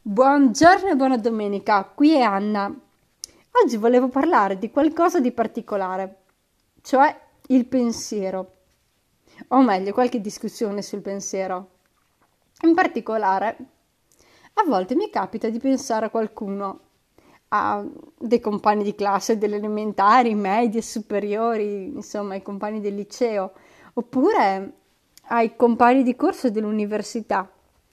Buongiorno e buona domenica, qui è Anna. Oggi volevo parlare di qualcosa di particolare, cioè il pensiero, o meglio, qualche discussione sul pensiero. In particolare, a volte mi capita di pensare a qualcuno, a dei compagni di classe delle elementari, medie, superiori, insomma, ai compagni del liceo, oppure ai compagni di corso dell'università.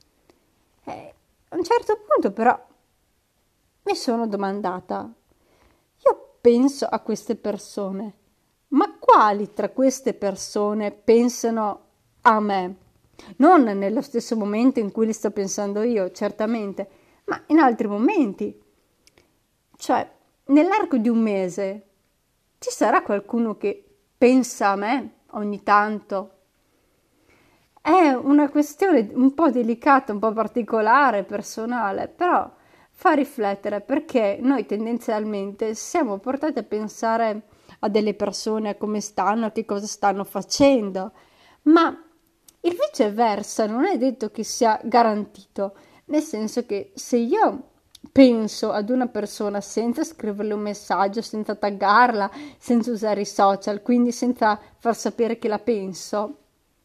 A un certo punto però mi sono domandata, io penso a queste persone, ma quali tra queste persone pensano a me? Non nello stesso momento in cui li sto pensando io, certamente, ma in altri momenti. Cioè, nell'arco di un mese ci sarà qualcuno che pensa a me ogni tanto? È una questione un po' delicata, un po' particolare, personale, però fa riflettere perché noi tendenzialmente siamo portati a pensare a delle persone, a come stanno, a che cosa stanno facendo, ma il viceversa non è detto che sia garantito, nel senso che se io penso ad una persona senza scriverle un messaggio, senza taggarla, senza usare i social, quindi senza far sapere che la penso,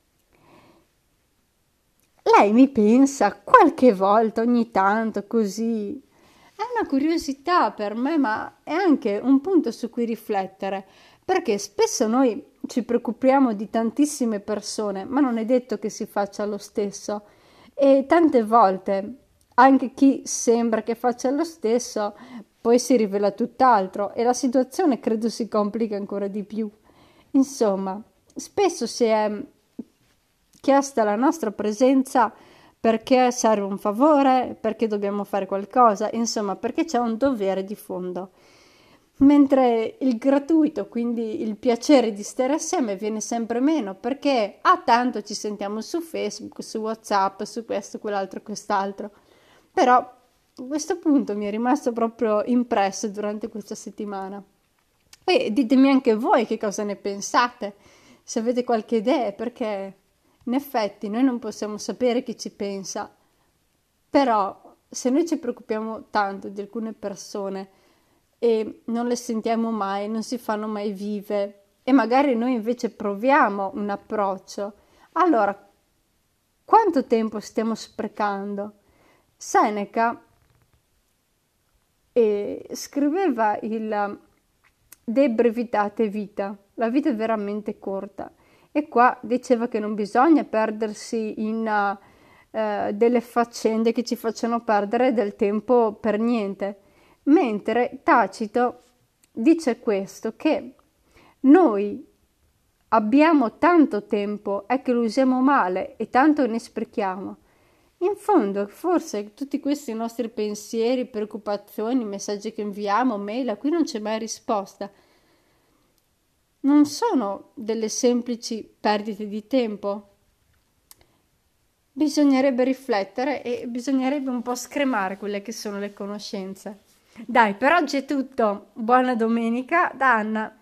lei mi pensa qualche volta, ogni tanto, così. È una curiosità per me, ma è anche un punto su cui riflettere, perché spesso noi ci preoccupiamo di tantissime persone, ma non è detto che si faccia lo stesso. E tante volte anche chi sembra che faccia lo stesso, poi si rivela tutt'altro e la situazione credo si complica ancora di più. Insomma, spesso si è chiesta la nostra presenza perché serve un favore, perché dobbiamo fare qualcosa, insomma, perché c'è un dovere di fondo. Mentre il gratuito, quindi il piacere di stare assieme, viene sempre meno perché tanto ci sentiamo su Facebook, su WhatsApp, su questo, quell'altro, quest'altro. Però questo punto mi è rimasto proprio impresso durante questa settimana. E ditemi anche voi che cosa ne pensate, se avete qualche idea, perché in effetti noi non possiamo sapere chi ci pensa, però se noi ci preoccupiamo tanto di alcune persone e non le sentiamo mai, non si fanno mai vive e magari noi invece proviamo un approccio, allora quanto tempo stiamo sprecando? Seneca scriveva il De brevitate vita, la vita è veramente corta e qua diceva che non bisogna perdersi in delle faccende che ci facciano perdere del tempo per niente, mentre Tacito dice questo, che noi abbiamo tanto tempo, è che lo usiamo male e tanto ne sprechiamo. In fondo, forse tutti questi nostri pensieri, preoccupazioni, messaggi che inviamo, mail a cui non c'è mai risposta, non sono delle semplici perdite di tempo. Bisognerebbe riflettere e bisognerebbe un po' scremare quelle che sono le conoscenze. Dai, per oggi è tutto. Buona domenica da Anna.